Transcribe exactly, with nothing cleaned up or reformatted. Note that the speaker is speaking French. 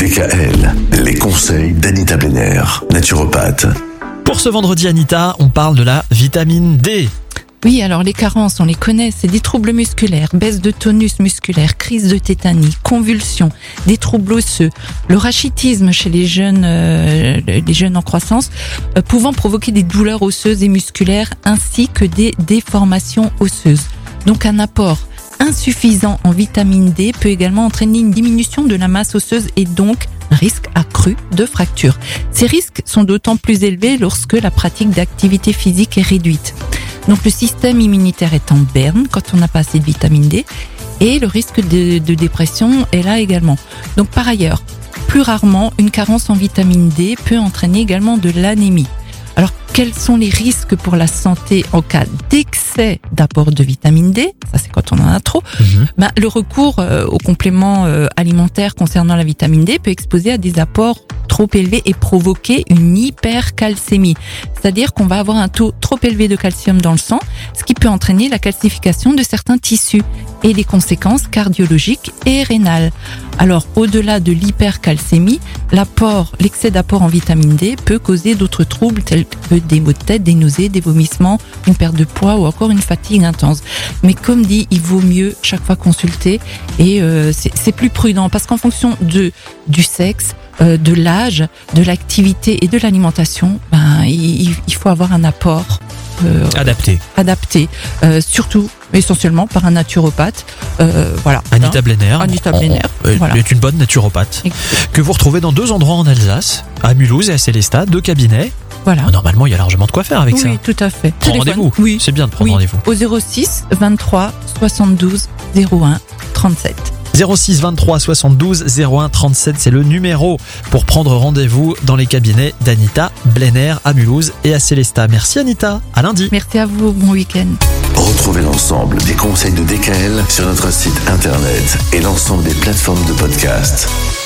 D K L, les conseils d'Anita Blenner, naturopathe. Pour ce vendredi, Anita, on parle de la vitamine D. Oui, alors les carences, on les connaît, c'est des troubles musculaires, baisse de tonus musculaire, crise de tétanie, convulsions, des troubles osseux, le rachitisme chez les jeunes, euh, les jeunes en croissance, euh, pouvant provoquer des douleurs osseuses et musculaires ainsi que des déformations osseuses. Donc un apport insuffisant en vitamine D peut également entraîner une diminution de la masse osseuse et donc un risque accru de fracture. Ces risques sont d'autant plus élevés lorsque la pratique d'activité physique est réduite. Donc le système immunitaire est en berne quand on n'a pas assez de vitamine D et le risque de, de dépression est là également. Donc par ailleurs, plus rarement, une carence en vitamine D peut entraîner également de l'anémie. Alors quels sont les risques pour la santé en cas d'excès d'apport de vitamine D? Ça c'est quand on en a trop. Mmh. Ben, le recours euh, aux compléments euh, alimentaires concernant la vitamine D peut exposer à des apports trop élevés et provoquer une hypercalcémie. C'est-à-dire qu'on va avoir un taux trop élevé de calcium dans le sang, ce qui peut entraîner la calcification de certains tissus et des conséquences cardiologiques et rénales. Alors, au-delà de l'hypercalcémie, l'apport, l'excès d'apport en vitamine D peut causer d'autres troubles tels que des maux de tête, des nausées, des vomissements, une perte de poids ou encore une fatigue intense. Mais comme dit, il vaut mieux chaque fois consulter et euh, c'est, c'est plus prudent parce qu'en fonction de du sexe, euh, de l'âge, de l'activité et de l'alimentation, ben il, il faut avoir un apport euh, adapté. Adapté, euh, surtout essentiellement par un naturopathe. Euh, voilà. Anita hein. Blenner. Anita Blenner. Elle voilà. est une bonne naturopathe Exactement. Que vous retrouvez dans deux endroits en Alsace, à Mulhouse et à Célestat, deux cabinets. Voilà. Normalement, il y a largement de quoi faire avec oui, ça. Oui, tout à fait. Prends rendez-vous. Oui. C'est bien de prendre oui. rendez-vous. Au zéro six vingt-trois soixante-douze zéro un trente-sept. zéro six vingt-trois soixante-douze zéro un trente-sept, c'est le numéro pour prendre rendez-vous dans les cabinets d'Anita Blenner à Mulhouse et à Célestat. Merci Anita, à lundi. Merci à vous, bon week-end. Retrouvez l'ensemble des conseils de D K L sur notre site internet et l'ensemble des plateformes de podcast.